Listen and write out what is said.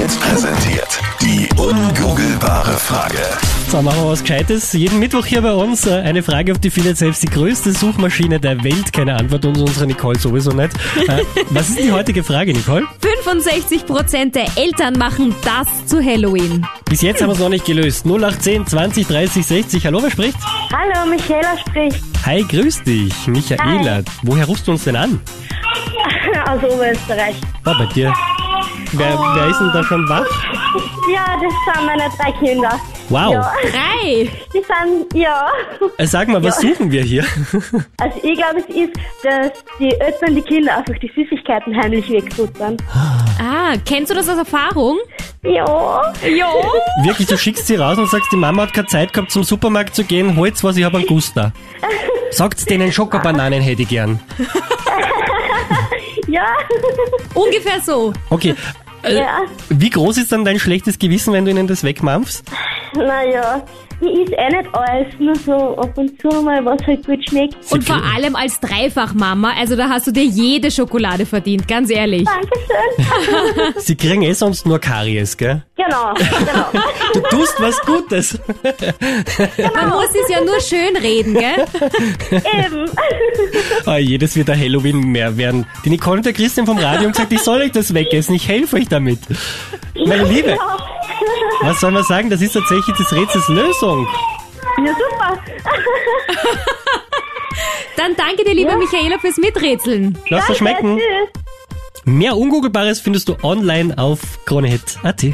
präsentiert die ungoogelbare Frage. So, machen wir was Gescheites. Jeden Mittwoch hier bei uns eine Frage, auf die findet selbst die größte Suchmaschine der Welt keine Antwort und unsere Nicole sowieso nicht. Was ist die heutige Frage, Nicole? 65% der Eltern machen das zu Halloween. Bis jetzt haben wir es noch nicht gelöst. 0810 20 30 60. Hallo, wer spricht? Hallo, Michaela spricht Hi, grüß dich. Michaela. Hi. Woher rufst du uns denn an? aus Oberösterreich. Bei dir. Wer ist denn da schon wach? Ja, das sind meine 3 Kinder. Wow. Ja, 3. die sind, ja. Sag mal, was suchen wir hier? Also ich glaube, es ist, dass die Eltern die Kinder einfach die Süßigkeiten heimlich wegfuttern. Ah, kennst du das aus Erfahrung? Ja. Ja. Wirklich, du schickst sie raus und sagst, die Mama hat keine Zeit gehabt, zum Supermarkt zu gehen. Holt's was, ich hab einen Guster. Sagt's denen, Schokobananen hätte ich gern. Ja. Ungefähr so. Okay. Ja. Wie groß ist dann dein schlechtes Gewissen, wenn du ihnen das wegmampfst? Naja, ich is nicht alles, nur so ab und zu mal, was halt gut schmeckt. Und vor allem als Dreifachmama, also da hast du dir jede Schokolade verdient, ganz ehrlich. Dankeschön. Sie kriegen sonst nur Karies, gell? Genau. Du tust was Gutes. Man muss es ja nur schön reden, gell? Eben. Oh, jedes wird ein Halloween mehr werden. Die Nicole und der Christian vom Radio haben gesagt, ich soll euch das wegessen, ich helfe euch damit. Meine Liebe, Ja. was soll man sagen, das ist tatsächlich des Rätsels Lösung. Ja, super. Dann danke dir, liebe Michaela, fürs Miträtseln. Lass das schmecken. Tschüss. Mehr Ungoogelbares findest du online auf kronehit.at.